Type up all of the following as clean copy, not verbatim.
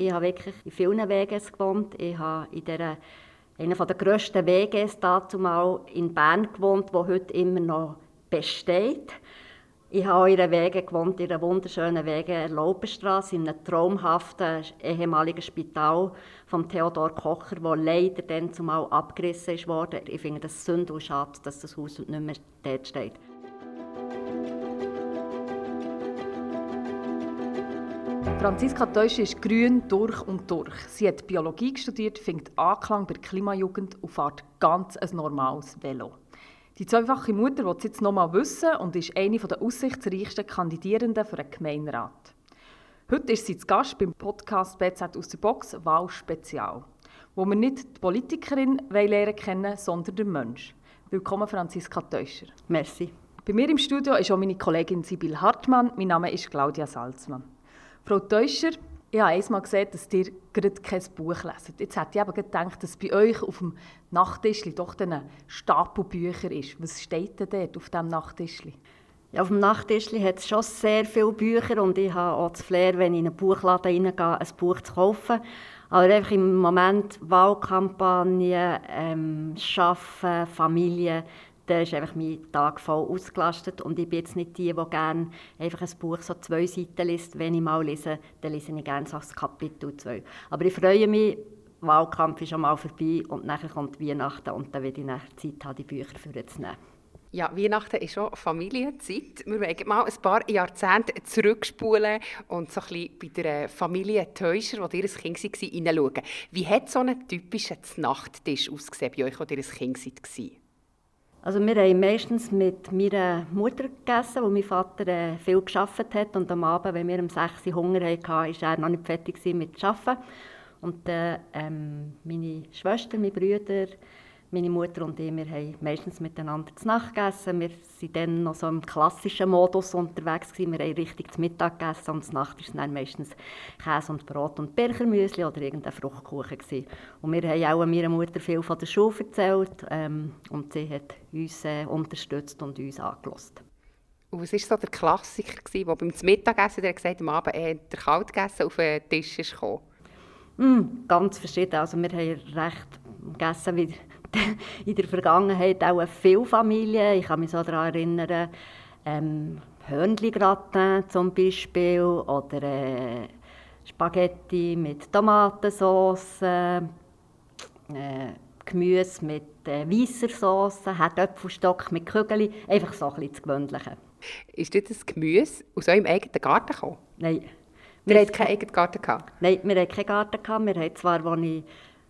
Ich habe wirklich in vielen WGs gewohnt. Ich habe in einer der grössten WGs dazumal in Bern gewohnt, die heute immer noch besteht. Ich habe auch in einer WG gewohnt, in einer wunderschönen WG in der Laupenstrasse, in einem traumhaften ehemaligen Spital von Theodor Kocher, das leider dann zumal abgerissen wurde. Ich finde das Sünde und schade, dass das Haus nicht mehr dort steht. Franziska Teuscher ist grün durch und durch. Sie hat Biologie studiert, findet Anklang bei der Klimajugend und fährt ganz ein normales Velo. Die zweifache Mutter will es jetzt noch mal wissen und ist eine der aussichtsreichsten Kandidierenden für den Gemeinderat. Heute ist sie zu Gast beim Podcast «BZ aus der Box» Wahlspezial, wo wir nicht die Politikerin lernen kennen, sondern den Menschen. Willkommen, Franziska Teuscher. Merci. Bei mir im Studio ist auch meine Kollegin Sibylle Hartmann. Mein Name ist Claudia Salzmann. Frau Teuscher, ich habe einmal gesehen, dass ihr gerade kein Buch leset. Jetzt hätte ich aber gedacht, dass bei euch auf dem Nachttischli doch ein Stapel Bücher ist. Was steht denn dort auf diesem Nachttischli? Ja, auf dem Nachttischli hat es schon sehr viele Bücher und ich habe auch das Flair, wenn ich in einen Buchladen reingehe, ein Buch zu kaufen. Aber einfach im Moment Wahlkampagne, Arbeiten, Familie, da ist einfach mein Tag voll ausgelastet und ich bin jetzt nicht die gerne einfach ein Buch so 2 Seiten liest. Wenn ich mal lese, dann lese ich gerne so das Kapitel 2. Aber ich freue mich, der Wahlkampf ist schon mal vorbei und dann kommt Weihnachten und dann werde ich nachher Zeit haben, die Bücher vorzunehmen. Ja, Weihnachten ist schon Familienzeit. Wir wollen mal ein paar Jahrzehnte zurückspulen und so ein bisschen bei der Familie Teuscher, wo ihr ein Kind war, hineinschauen. Wie hat so ein typischer Nachttisch ausgesehen bei euch, als ihr ein Kind war? Also wir haben meistens mit meiner Mutter gegessen, wo mein Vater viel gearbeitet hat. Und am Abend, wenn wir um 6 Uhr Hunger hatten, war er noch nicht fertig mit dem Arbeiten. Und meine Schwester, meine Brüder, meine Mutter und ich, wir haben meistens miteinander zu Nacht gegessen. Wir waren dann noch so im klassischen Modus unterwegs gewesen. Wir haben richtig zu Mittag gegessen und zu Nacht war es dann meistens Käse und Brot und Birchermüsli oder irgendein Fruchtkuchen gewesen. Und wir haben auch meiner Mutter viel von der Schule erzählt und sie hat uns unterstützt und uns angehört. Und was war so der Klassiker, der beim Mittagessen, der gesagt am Abend der kalt gegessen auf den Tisch ist gekommen? Ganz verschieden. Also wir haben recht gegessen wie in der Vergangenheit auch viele Familien. Ich kann mich so daran erinnern, Hörnli-Gratin zum Beispiel oder Spaghetti mit Tomatensauce, Gemüse mit weisser Sauce, Herdöpfelstock mit Kügeli, einfach so ein bisschen das Gewöhnliche. Ist das Gemüse aus eurem eigenen Garten gekommen? Nein. Wir hatten keinen eigenen Garten gehabt? Nein, wir hatten keinen Garten. Wir haben zwar, als ich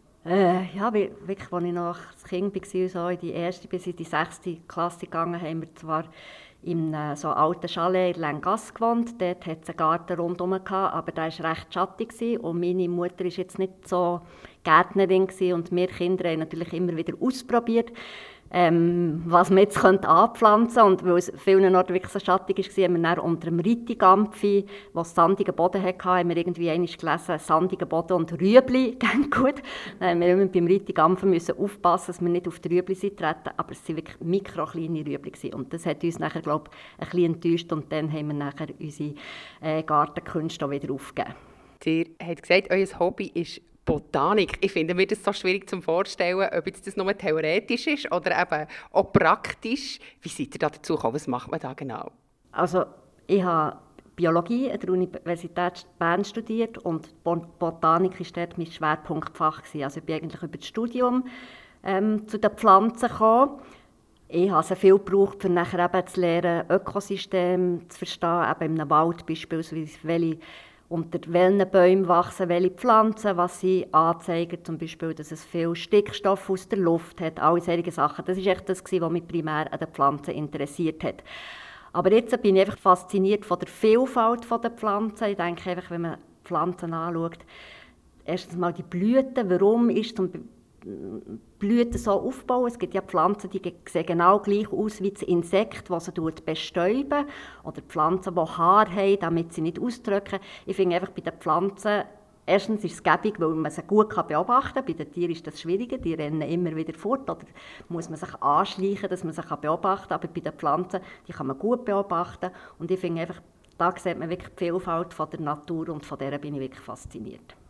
noch ein Kind war, so in die 1. bis in die 6. Klasse gegangen, haben wir zwar in einem so alten Chalet in Lengasse gewohnt. Dort hatte es einen Garten rundherum, aber der war recht schattig. Und meine Mutter war jetzt nicht so Gärtnerin und wir Kinder haben natürlich immer wieder ausprobiert, was man jetzt anpflanzen könnte. Und weil es vielen Orten wirklich so schattig war, haben wir dann unter dem Rittigampfi, wo es sandigen Boden hatte, haben wir irgendwie einmal gelesen, sandigen Boden und Rüebli, gehen gut. Dann haben wir immer beim Rittigampfen müssen aufpassen, dass wir nicht auf die Rüebli treten, aber es waren wirklich mikrokleine Rüebli. Und das hat uns nachher, glaube ich, ein bisschen enttäuscht und dann haben wir nachher unsere Gartenkünste auch wieder aufgegeben. Ihr habt gesagt, euer Hobby ist Botanik. Ich finde mir das so schwierig zu vorstellen, ob jetzt das nur theoretisch ist oder eben auch praktisch. Wie seid ihr da dazu gekommen? Was macht man da genau? Also ich habe Biologie an der Universität Bern studiert und Botanik war dort mein Schwerpunktfach. Also ich bin eigentlich über das Studium zu den Pflanzen gekommen. Ich habe sehr viel gebraucht, um nachher eben zu lernen, Ökosystem zu verstehen, eben in einem Wald beispielsweise, welche unter welchen Bäumen wachsen welche Pflanzen, was sie anzeigen, zum Beispiel, dass es viel Stickstoff aus der Luft hat, alle solche Sachen. Das war echt das, was mich primär an den Pflanzen interessiert hat. Aber jetzt bin ich einfach fasziniert von der Vielfalt der Pflanzen. Ich denke einfach, wenn man Pflanzen anschaut, erstens mal die Blüten, warum ist zum Blüten so aufbauen. Es gibt ja Pflanzen, die sehen genau gleich aus wie das Insekt, das sie bestäuben. Oder Pflanzen, die Haare haben, damit sie nicht ausdrücken. Ich finde einfach bei den Pflanzen, erstens ist es gäbig, weil man sie gut beobachten kann. Bei den Tieren ist das schwieriger, die rennen immer wieder fort. Oder muss man sich anschleichen, dass man sie beobachten kann. Aber bei den Pflanzen, die kann man gut beobachten. Und ich finde einfach, da sieht man wirklich die Vielfalt von der Natur und von der bin ich wirklich fasziniert.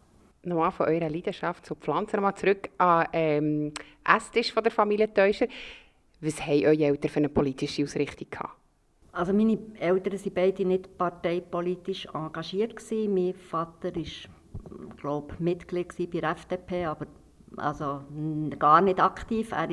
nochmal von eurer Leidenschaft zu Pflanzen, nochmal zurück an Esstisch von der Familie Teuscher. Was haben eure Eltern für eine politische Ausrichtung gehabt? Also meine Eltern waren beide nicht parteipolitisch engagiert. Mein Vater war, glaube ich, Mitglied bei der FDP, aber also gar nicht aktiv. Er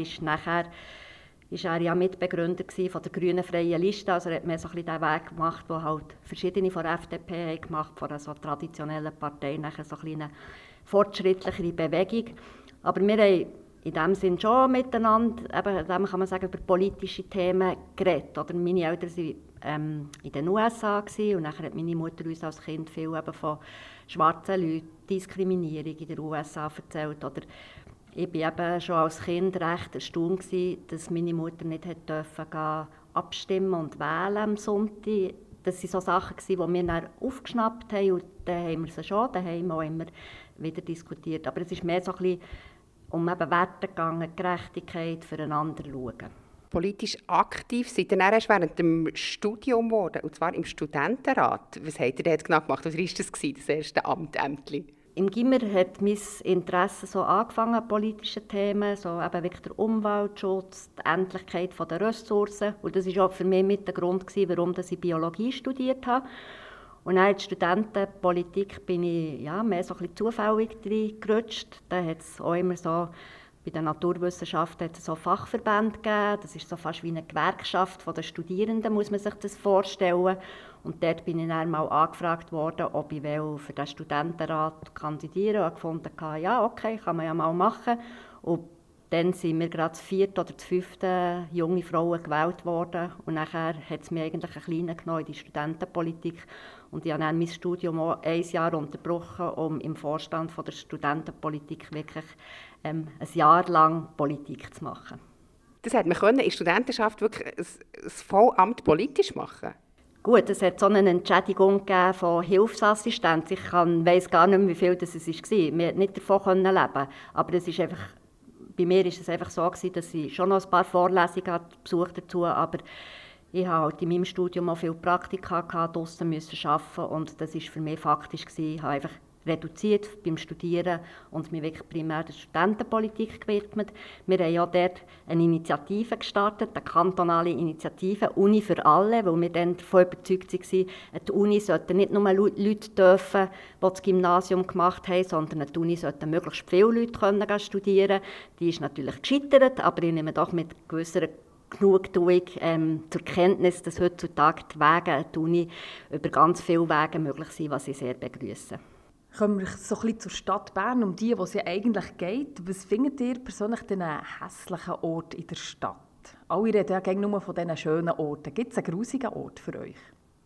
ist ja Mitbegründer von der Grünen Freien Liste. Also er hat mehr so ein bisschen den Weg gemacht, den halt verschiedene von der FDP haben gemacht, von einer so traditionellen Partei, nachher so eine fortschrittlichere Bewegung. Aber wir haben in dem Sinn schon miteinander, eben, dem kann man sagen, über politische Themen geredet. Oder meine Eltern waren in den USA und nachher hat meine Mutter uns als Kind viel eben von schwarzen Leuten, Diskriminierung in den USA erzählt. Oder ich war eben schon als Kind recht erstaunt, dass meine Mutter nicht gehen, abstimmen und wählen am Sonntag. Das waren so Sachen, die wir dann aufgeschnappt haben und dann haben wir sie schon daheim auch immer wieder diskutiert. Aber es ist mehr so ein bisschen um eben Werte gegangen, Gerechtigkeit, füreinander schauen. Politisch aktiv seid ihr dann erst während dem Studium geworden, und zwar im Studentenrat. Was habt ihr dort genau gemacht? Was war das erste Ämtli? Im Gimmer hat mein Interesse so angefangen an politischen Themen, so eben wirklich der Umweltschutz, die Endlichkeit der Ressourcen. Und das war auch für mich mit der Grund, warum ich Biologie studiert habe. Und dann in die Studentenpolitik bin ich mehr so ein bisschen zufällig reingerutscht. Da hat es auch immer so, bei den Naturwissenschaften hat es so Fachverbände gegeben. Das ist so fast wie eine Gewerkschaft der Studierenden, muss man sich das vorstellen. Und dort bin ich dann mal angefragt worden, ob ich für den Studentenrat kandidieren will. Und gefunden, ja, okay, kann man ja mal machen. Und dann sind wir gerade das 4. oder das 5. junge Frauen gewählt worden. Und nachher hat es mich eigentlich ein kleiner genommen in die Studentenpolitik. Und ich habe dann mein Studium auch 1 Jahr unterbrochen, um im Vorstand der Studentenpolitik wirklich ein Jahr lang Politik zu machen. Das hat man in der Studentenschaft wirklich ein Vollamt politisch machen? Gut, es hat so eine Entschädigung gegeben von Hilfsassistenz. Ich weiss gar nicht mehr, wie viel das war. Wir konnten nicht davon leben. Aber es ist einfach, bei mir war es einfach so, dass ich schon noch ein paar Vorlesungen besucht dazu, aber ich hatte halt in meinem Studium auch viele Praktika draussen müssen arbeiten und das war für mich faktisch. Ich habe einfach reduziert beim Studieren und mich wirklich primär der Studentenpolitik gewidmet. Wir haben ja dort eine Initiative gestartet, eine kantonale Initiative, Uni für alle, weil wir dann davon überzeugt waren, die Uni sollten nicht nur Leute dürfen, die das Gymnasium gemacht haben, sondern die Uni sollten möglichst viele Leute studieren können. Die ist natürlich gescheitert, aber ich nehme doch mit gewisser Genugtuung zur Kenntnis, dass heutzutage die Wege an die Uni über ganz viele Wege möglich sind, was ich sehr begrüße. Kommen wir so ein bisschen zur Stadt Bern, um die es ja eigentlich geht. Was findet ihr persönlich den hässlichen Ort in der Stadt? Alle reden ja gerne nur von diesen schönen Orten. Gibt es einen grusigen Ort für euch?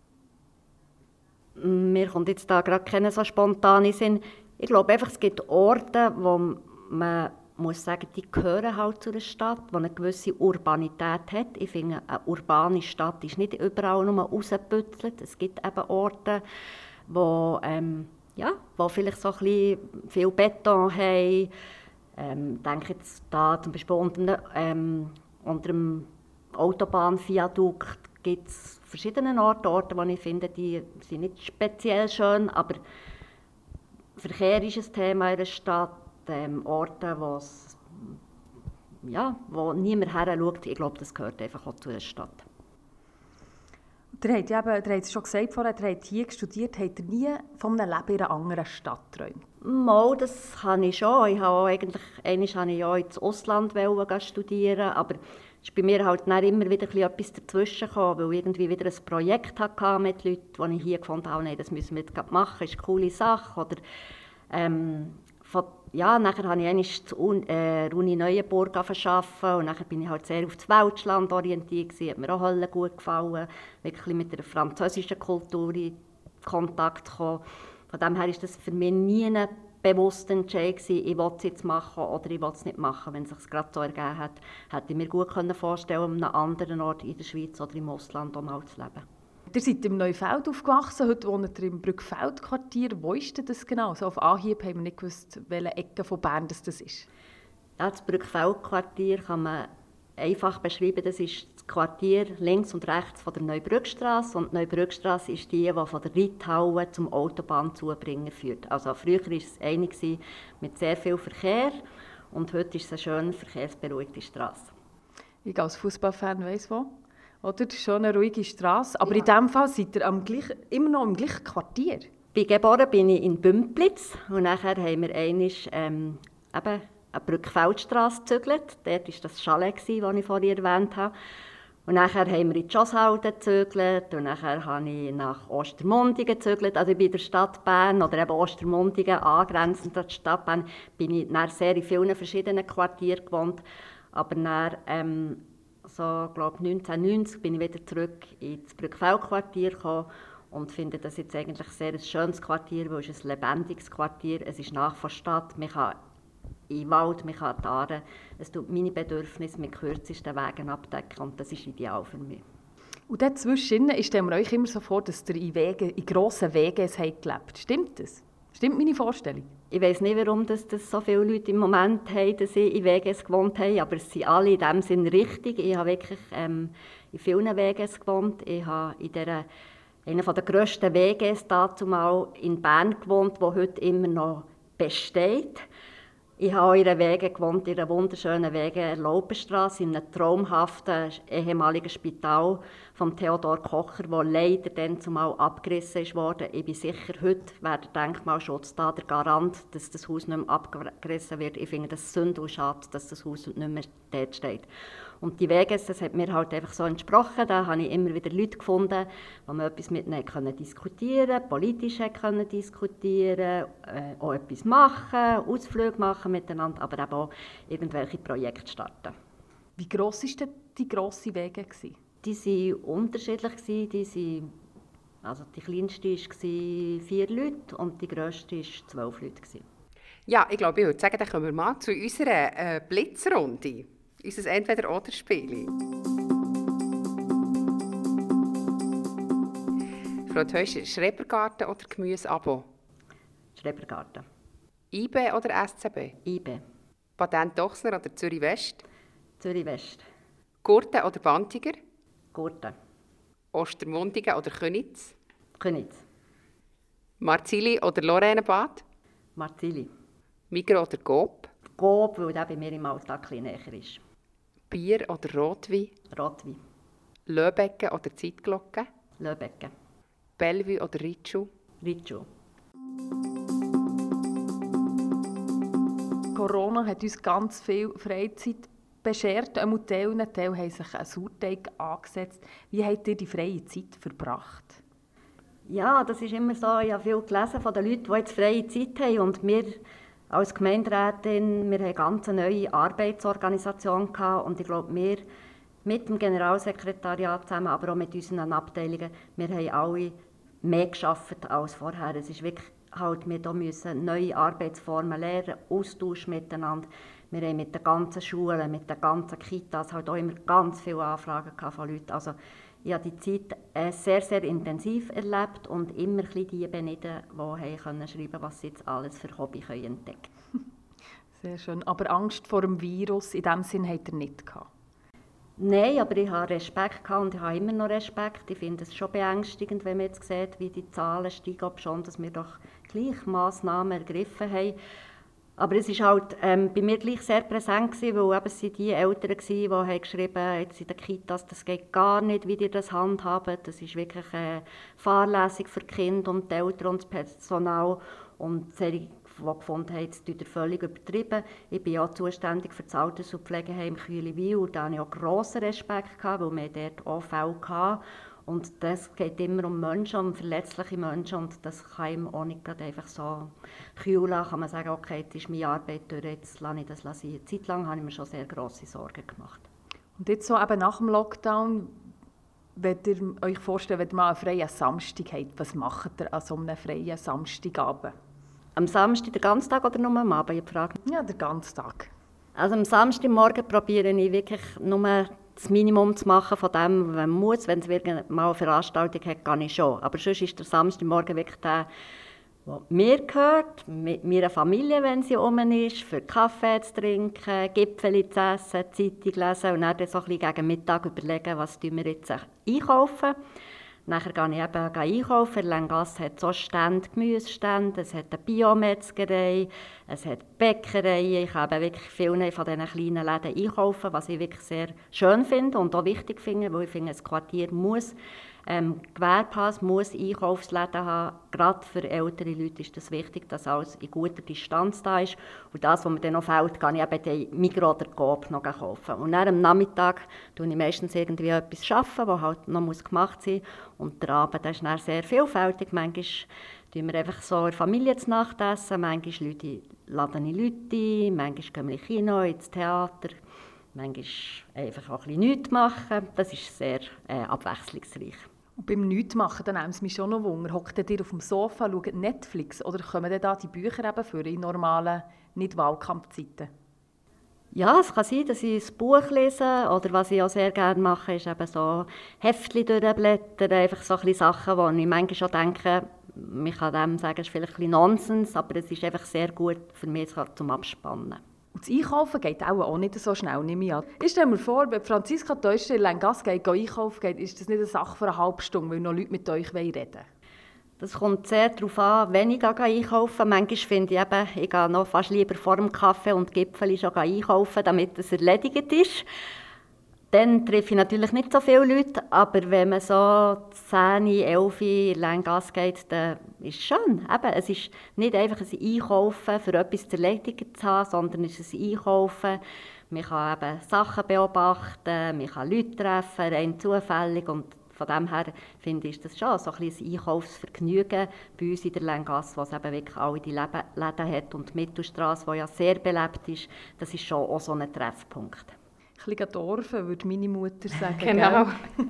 Mir kommt jetzt da gerade keinen so spontanen Sinn. Ich glaube einfach, es gibt Orte, wo man muss sagen, die gehören halt zu einer Stadt, die eine gewisse Urbanität hat. Ich finde, eine urbane Stadt ist nicht überall nur rausgebüttelt. Es gibt eben Orte, wo vielleicht so ein bisschen viel Beton haben. Ich denke jetzt da zum Beispiel unter dem Autobahnviadukt gibt es verschiedene Orte, wo ich finde, die sind nicht speziell schön, aber Verkehr ist ein Thema in der Stadt. Orte, wo niemand her schaut, ich glaube, das gehört einfach auch zu der Stadt. Ihr habt es schon gesagt vorher, ihr habt hier studiert, habt ihr nie von einem Leben in einer anderen Stadt geträumt? Mal, das habe ich schon. Ich habe einmal ins Ausland studieren, aber es ist bei mir halt dann immer wieder etwas dazwischen gekommen, weil ich irgendwie wieder ein Projekt hatte mit Leuten, wo ich hier gefunden habe, nein, das müssen wir jetzt machen, das ist eine coole Sache. Oder, nachher habe ich einmal die Uni Neuenburg arbeiten und nachher bin ich halt sehr auf das Weltschland orientiert gewesen, hat mir auch Hölle gut gefallen, wirklich mit der französischen Kultur in Kontakt gekommen. Von dem her war das für mich nie ein bewusster Entscheid gewesen, ich will es jetzt machen oder ich will es nicht machen. Wenn es sich gerade so ergeben hat, hätte ich mir gut vorstellen können, an einem anderen Ort in der Schweiz oder im Ausland mal zu leben. Ihr seid im Neufeld aufgewachsen, heute wohnt ihr im Brückfeld-Quartier. Wo ist denn das genau? So auf Anhieb haben wir nicht gewusst, welche Ecke von Bern das ist. Ja, das Brückfeld-Quartier kann man einfach beschreiben. Das ist das das Quartier links und rechts von der Neubrückstrasse. Und die Neubrückstrasse ist die von der Reithalle zum Autobahnzubringer führt. Also früher war es eine mit sehr viel Verkehr und heute ist es eine schön verkehrsberuhigte Strasse. Ich als Fußballfan weiss wo. Oder? Das ist schon eine ruhige Strasse. Aber in diesem Fall seid ihr immer noch im gleichen Quartier. Geboren bin ich in Bümplitz und nachher haben wir einmal eine Brückfeldstrasse gezügelt. Dort war das Chalet, das ich vorhin erwähnt habe. Und nachher haben wir in die Schosshalde gezügelt und nachher habe ich nach Ostermundigen gezügelt. Also bei der Stadt Bern oder eben Ostermundigen, angrenzend an die Stadt Bern, bin ich dann sehr in vielen verschiedenen Quartieren gewohnt. Aber dann, so, glaube 1990 bin ich wieder zurück ins Brückfeldquartier gekommen und finde das jetzt eigentlich sehr ein schönes Quartier, weil es ist ein lebendiges Quartier, es ist nach der Stadt, man kann in den Wald, man kann die Aare, es tut meine Bedürfnisse mit kürzesten Wegen abdecken und das ist ideal für mich. Und dazwischen stellen wir euch immer so vor, dass ihr in grossen WGs gelebt. Stimmt das? Stimmt meine Vorstellung? Ich weiss nicht, warum das so viele Leute im Moment haben, dass sie in WGs gewohnt haben, aber es sind alle in dem Sinn richtig. Ich habe wirklich in vielen WGs gewohnt. Ich habe in einer der grössten WGs dazumal in Bern gewohnt, die heute immer noch besteht. Ich habe auch in einer WG gewohnt, in einer wunderschönen WG in Laupenstrasse, in einem traumhaften ehemaligen Spital von Theodor Kocher, das leider dann zumal abgerissen wurde. Ich bin sicher, heute wäre der Denkmalschutz da der Garant, dass das Haus nicht mehr abgerissen wird. Ich finde das Sünde und schade, dass das Haus nicht mehr dort steht. Und die WGs, das hat mir halt einfach so entsprochen. Da habe ich immer wieder Leute gefunden, wo man etwas mit ihnen diskutieren konnte, politisch diskutieren, auch etwas machen, Ausflüge machen miteinander, aber eben auch irgendwelche Projekte starten. Wie gross war denn die grosse WG? Die waren unterschiedlich. Die kleinste war 4 Leute und die grösste war 12 Leute. Ja, ich glaube, ich würde sagen, dann kommen wir mal zu unserer Blitzrunde. Unser Entweder-oder-Spiel. Frau Teuscher, Schrebergarten oder Gemüseabo? Schrebergarten. IB oder SCB? IB. Patent Dochsner oder Zürich West? Zürich West. Gurten oder Bantiger? Gurten. Ostermundigen oder Köniz? Köniz. Marzili oder Loränenbad? Marzili. Migros oder Coop? Coop, weil der bei mir im Alltag ein bisschen näher ist. Bier oder Rotwein? Rotwein. Löbecken oder Zeitglocke? Löbecken. Bellevue oder Ritschu? Ritschu. Corona hat uns ganz viel Freizeit beschert. Ein Teil haben sich einen Sauerteig angesetzt. Wie habt ihr die freie Zeit verbracht? Ja, das ist immer so. Ich habe viel gelesen von den Leuten, die jetzt freie Zeit haben. Und wir als Gemeinderätin, wir haben eine ganz neue Arbeitsorganisation gehabt. Und ich glaube, wir mit dem Generalsekretariat zusammen, aber auch mit unseren Abteilungen, wir haben alle mehr gearbeitet als vorher. Es ist wirklich halt, wir müssen neue Arbeitsformen lernen, Austausch miteinander. Wir haben mit den ganzen Schulen, mit den ganzen Kitas halt auch immer ganz viele Anfragen von Leuten. Also ich habe die Zeit sehr, sehr intensiv erlebt und immer ein bisschen die beneden, die schreiben konnten, was sie jetzt alles für Hobby entdecken können. Sehr schön. Aber Angst vor dem Virus in diesem Sinn habt ihr nicht gehabt? Nein, aber ich habe Respekt gehabt und ich habe immer noch Respekt. Ich finde es schon beängstigend, wenn man jetzt sieht, wie die Zahlen steigen, ob schon, dass wir doch gleich Massnahmen ergriffen haben. Aber es war halt bei mir gleich sehr präsent gewesen, weil eben es waren die Eltern, die haben geschrieben, jetzt in den Kitas, das geht gar nicht, wie ihr das handhabt. Das ist wirklich eine Fahrlässig für die Kinder und die Eltern und das Personal. Und die gefunden haben, das ist völlig übertrieben. Ich bin ja zuständig für das Alters- und Pflegeheim Kühliwil und da hatte ich auch grossen Respekt, weil wir dort auch Fälle hatten. Und das geht immer um Menschen, um verletzliche Menschen und das kann ihm auch nicht einfach so kühl lassen. Kann man sagen, okay, jetzt ist meine Arbeit durch, jetzt lasse ich das sein. Eine Zeit lang habe ich mir schon sehr grosse Sorgen gemacht. Und jetzt so eben nach dem Lockdown, wenn ihr euch vorstellt, wenn ihr mal einen freien Samstag habt, was macht ihr an so einem freien Samstagabend? Am Samstag den ganzen Tag oder nur am Abend? Ich frage. Ja, den ganzen Tag. Also am Samstagmorgen probiere ich wirklich nur das Minimum zu machen von dem, was man muss. Wenn es wirklich mal eine Veranstaltung hat, kann ich schon. Aber sonst ist der Samstagmorgen wirklich der, mir gehört, mit meiner Familie, wenn sie rum ist, für Kaffee zu trinken, Gipfeli zu essen, Zeitung lesen und dann so ein bisschen gegen Mittag überlegen, was wir jetzt einkaufen. Nachher gehe ich eben einkaufen. In Länggasse hat es auch Stände, Gemüsestände, es hat eine Biometzgerei, es hat Bäckereien. Ich habe wirklich viele von diesen kleinen Läden einkaufen, was ich wirklich sehr schön finde und auch wichtig finde, weil ich finde, ein Quartier muss Gewerbehaus, muss Einkaufsläden haben. Gerade für ältere Leute ist es wichtig, dass alles in guter Distanz da ist. Und das, was mir dann noch fehlt, kann ich eben den Migros oder Coop noch kaufen. Und dann am Nachmittag arbeite ich meistens irgendwie etwas, das halt noch gemacht sein muss. Und der Abend ist dann sehr vielfältig. Manchmal essen wir einfach so in der Familie zu Nacht essen. Manchmal laden ich Leute ein. Manchmal gehen wir ins Kino, ins Theater. Manchmal einfach auch ein bisschen nichts machen. Das ist sehr abwechslungsreich. Und beim Nichtmachen, dann nimmt es mich schon noch Wunder. Hockt ihr auf dem Sofa, schaut Netflix oder kommen dann da die Bücher eben für in normalen, nicht Wahlkampfzeiten? Ja, es kann sein, dass ich ein Buch lese oder was ich auch sehr gerne mache, ist eben so Heftchen durchblättern, einfach so ein bisschen Sachen, wo ich manchmal schon denke, man kann dem sagen, es ist vielleicht ein bisschen Nonsens, aber es ist einfach sehr gut für mich zum Abspannen. Und das Einkaufen geht auch nicht so schnell, nehme ich an. Ich stelle mir vor, wenn Franziska Teuscher in Länggasse einkaufen geht, ist das nicht eine Sache für eine halbe Stunde, weil noch Leute mit euch reden wollen? Das kommt sehr darauf an, wenn ich einkaufen gehe. Manchmal finde ich eben, ich gehe noch fast lieber vor dem Kaffee und Gipfeli schon einkaufen, damit es erledigt ist. Dann treffe ich natürlich nicht so viele Leute, aber wenn man so 10, 11 in Länggasse geht, dann ist es schön. Eben, es ist nicht einfach ein Einkaufen, für etwas zu erledigen zu haben, sondern es ist ein Einkaufen. Man kann eben Sachen beobachten, man kann Leute treffen, rein zufällig. Und von dem her finde ich das schon so ein bisschen ein Einkaufsvergnügen bei uns in der Länggasse, wo es eben wirklich alle die Läden hat. Und die Mittelstrasse, die ja sehr belebt ist, das ist schon auch so ein Treffpunkt. Ein bisschen Dorfen, würde meine Mutter sagen. Genau.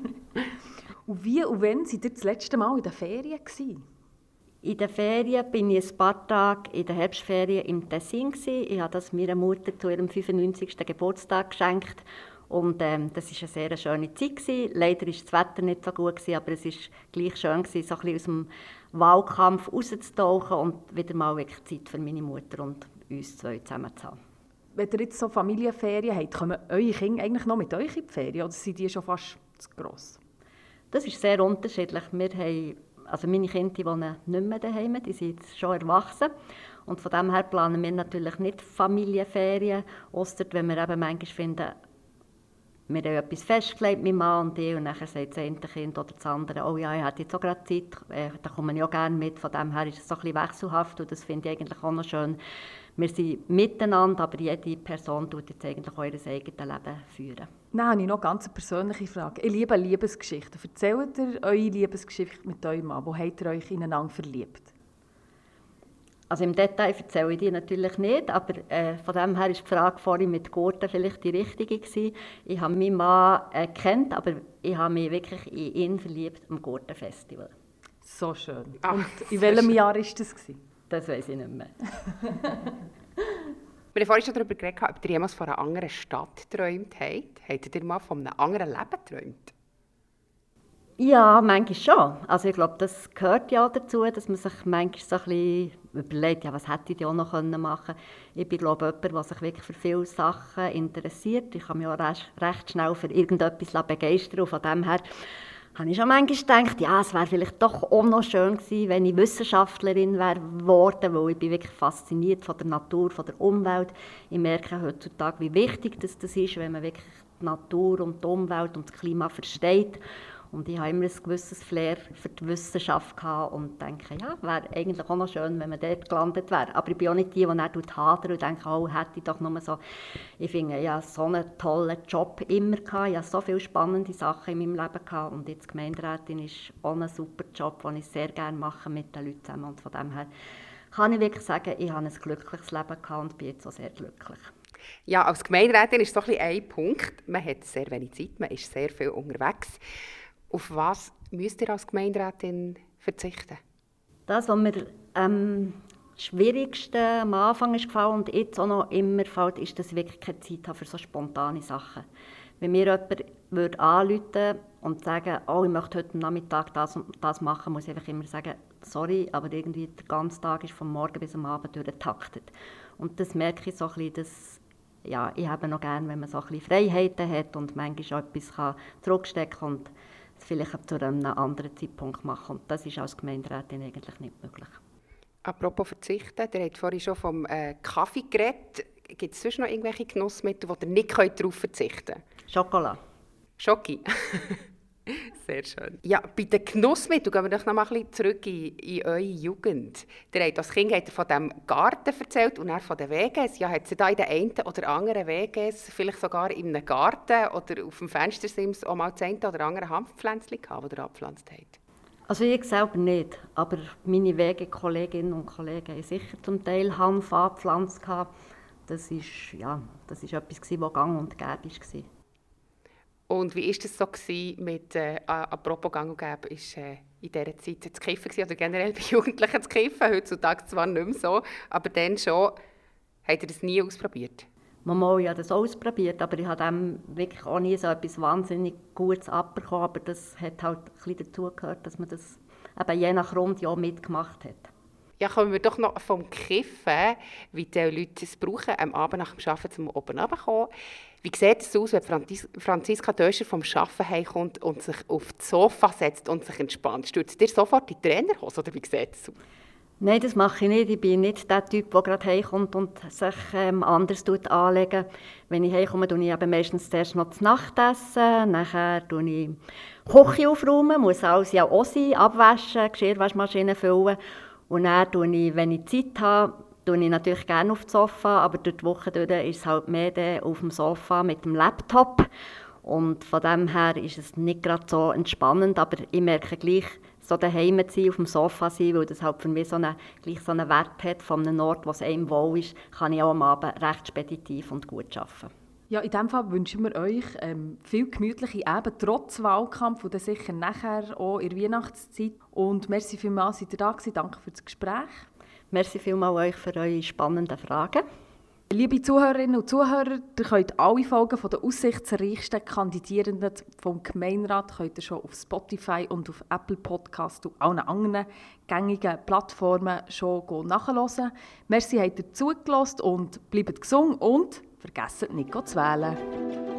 Und wie und wann seid ihr das letzte Mal in den Ferien gewesen? In den Ferien war ich ein paar Tage in den Herbstferien im Tessin. Ich habe das meiner Mutter zu ihrem 95. Geburtstag geschenkt. Und das war eine sehr schöne Zeit. Leider war das Wetter nicht so gut, aber es war gleich schön, so ein bisschen aus dem Wahlkampf rauszutauchen und wieder mal wirklich Zeit für meine Mutter und uns zwei zusammen zu haben. Wenn ihr jetzt so Familienferien habt, kommen eure Kinder eigentlich noch mit euch in die Ferien oder sind die schon fast zu gross? Das ist sehr unterschiedlich. Wir haben, also meine Kinder die wohnen nicht mehr daheim, die sind jetzt schon erwachsen. Und von dem her planen wir natürlich nicht Familienferien, ausser wenn wir eben manchmal finden, wir haben etwas festgelegt, mein Mann und ich, und dann sagt das eine Kind oder das andere, oh ja, ich habe jetzt auch gerade Zeit, da komme ich auch gerne mit. Von dem her ist es so ein bisschen wechselhaft und das finde ich eigentlich auch noch schön. Wir sind miteinander, aber jede Person tut jetzt eigentlich auch ihr eigenes Leben führen. Dann habe ich noch eine ganz persönliche Frage. Ich liebe Liebesgeschichten. Erzählt ihr eure Liebesgeschichte mit eurem Mann? Wo habt ihr euch ineinander verliebt? Also im Detail erzähle ich die natürlich nicht, aber von dem her war die Frage vorhin mit Gurten vielleicht die richtige gewesen. Ich habe meinen Mann gekannt, aber ich habe mich wirklich in ihn verliebt am Gurtenfestival. So schön. Ach, und in welchem Jahr war das? Das weiss ich nicht mehr. Wir haben vorhin schon darüber geredet, ob ihr jemals von einer anderen Stadt geträumt habt. Habt ihr mal von einem anderen Leben geträumt? Ja, manchmal schon. Also ich glaube, das gehört ja dazu, dass man sich manchmal so ein bisschen überlegt, ja, was hätte ich auch noch machen können. Ich bin, glaube ich, jemand, der sich wirklich für viele Sachen interessiert. Ich kann mich auch recht schnell für irgendetwas begeistern. Und von dem her habe ich schon manchmal gedacht, ja, es wäre vielleicht doch auch noch schön gewesen, wenn ich Wissenschaftlerin wäre geworden, weil ich bin wirklich fasziniert von der Natur, von der Umwelt. Ich merke heutzutage, wie wichtig das ist, wenn man wirklich die Natur und die Umwelt und das Klima versteht. Und ich habe immer ein gewisses Flair für die Wissenschaft gehabt und denke, ja, wäre eigentlich auch noch schön, wenn man dort gelandet wäre. Aber ich bin auch nicht die dann hadern und denke, oh, hätte ich doch nur so. Ich finde, ich hatte so einen tollen Job immer gehabt. Ich hatte so viele spannende Sachen in meinem Leben gehabt. Und jetzt Gemeinderätin ist auch ein super Job, den ich sehr gerne mache mit den Leuten zusammen. Und von dem her kann ich wirklich sagen, ich habe ein glückliches Leben gehabt und bin jetzt auch sehr glücklich. Ja, als Gemeinderätin ist es so ein Punkt. Man hat sehr wenig Zeit, man ist sehr viel unterwegs. Auf was müsst ihr als Gemeinderätin verzichten? Das, was mir am schwierigsten am Anfang ist gefallen und jetzt auch noch immer fällt, ist, dass ich wirklich keine Zeit habe für so spontane Sachen. Wenn mir jemand anrufen würde und sagen, oh, ich möchte heute Nachmittag das und das machen, muss ich einfach immer sagen, sorry, aber irgendwie der ganze Tag ist vom Morgen bis am Abend durchgetaktet. Und das merke ich so ein bisschen, dass ja, ich habe noch gerne, wenn man so ein bisschen Freiheiten hat und manchmal auch etwas zurückstecken kann und es vielleicht zu einem anderen Zeitpunkt machen. Und das ist als Gemeinderätin eigentlich nicht möglich. Apropos verzichten, ihr habt vorhin schon vom Kaffee geredet. Gibt es sonst noch irgendwelche Genussmittel, wo ihr nicht darauf verzichten könnt? Schokolade. Schoki. Sehr schön. Ja, bei den Genussmitteln gehen wir doch noch mal ein bisschen zurück in eure Jugend. Ihr habt als Kind von diesem Garten erzählt und dann von den WGs. Ja, hat es da in den einen oder anderen WGs, vielleicht sogar in einem Garten oder auf dem Fenstersims auch mal das eine oder andere Hanfpflänzchen gehabt, das ihr abgepflanzt habt? Also ich selber nicht, aber meine WG-Kolleginnen und Kollegen haben sicher zum Teil Hanf angepflanzt. Das war etwas, das gang und gäbe war. Und wie war das so mit apropos gang und gäbe, ist in dieser Zeit zu kiffen oder generell bei Jugendlichen zu kiffen? Heutzutage zwar nicht mehr so, aber dann schon. Habt ihr das nie ausprobiert? Mama, ich habe das ausprobiert, aber ich habe dem wirklich auch nie so etwas wahnsinnig Gutes abbekommen. Aber das hat halt ein bisschen dazugehört, dass man das eben je nach Runde auch mitgemacht hat. Ja, kommen wir doch noch vom Kiffen, wie die Leute es brauchen, am Abend nach dem Arbeiten zum oben runterkommen. Wie sieht es aus, wenn Franziska Döscher vom Arbeiten heimkommt und sich auf das Sofa setzt und sich entspannt? Stürzt ihr sofort in die Trainerhose, oder wie sieht es aus? Nein, das mache ich nicht. Ich bin nicht der Typ, der gerade heimkommt und sich anders anlegt. Wenn ich heimkomme, esse ich eben meistens zuerst noch das Nachtessen. Nachher räume ich die Küche aufräumen, muss alles ja auch sein, abwaschen, Geschirrwaschmaschine füllen. Und dann wenn ich Zeit habe, schaue ich natürlich gerne auf das Sofa, aber durch die Woche ist es halt mehr auf dem Sofa mit dem Laptop. Und von dem her ist es nicht gerade so entspannend, aber ich merke gleich, so daheim zu sein, auf dem Sofa zu sein, weil das halt für mich gleich so einen Wert hat, von einem Ort, wo es einem wohl ist, kann ich auch am Abend recht speditiv und gut arbeiten. Ja, in diesem Fall wünschen wir euch viel gemütliche Abend, trotz Wahlkampf und dann sicher nachher auch in der Weihnachtszeit. Und merci vielmals, seid ihr da gewesen. Danke für das Gespräch. Merci vielmals euch für eure spannenden Fragen. Liebe Zuhörerinnen und Zuhörer, ihr könnt alle Folgen von den aussichtsreichsten Kandidierenden vom Gemeinderat könnt ihr schon auf Spotify und auf Apple Podcast und allen anderen gängigen Plattformen schon nachhören. Merci, habt ihr zugelassen und bleibt gesund und vergesst nicht zu wählen.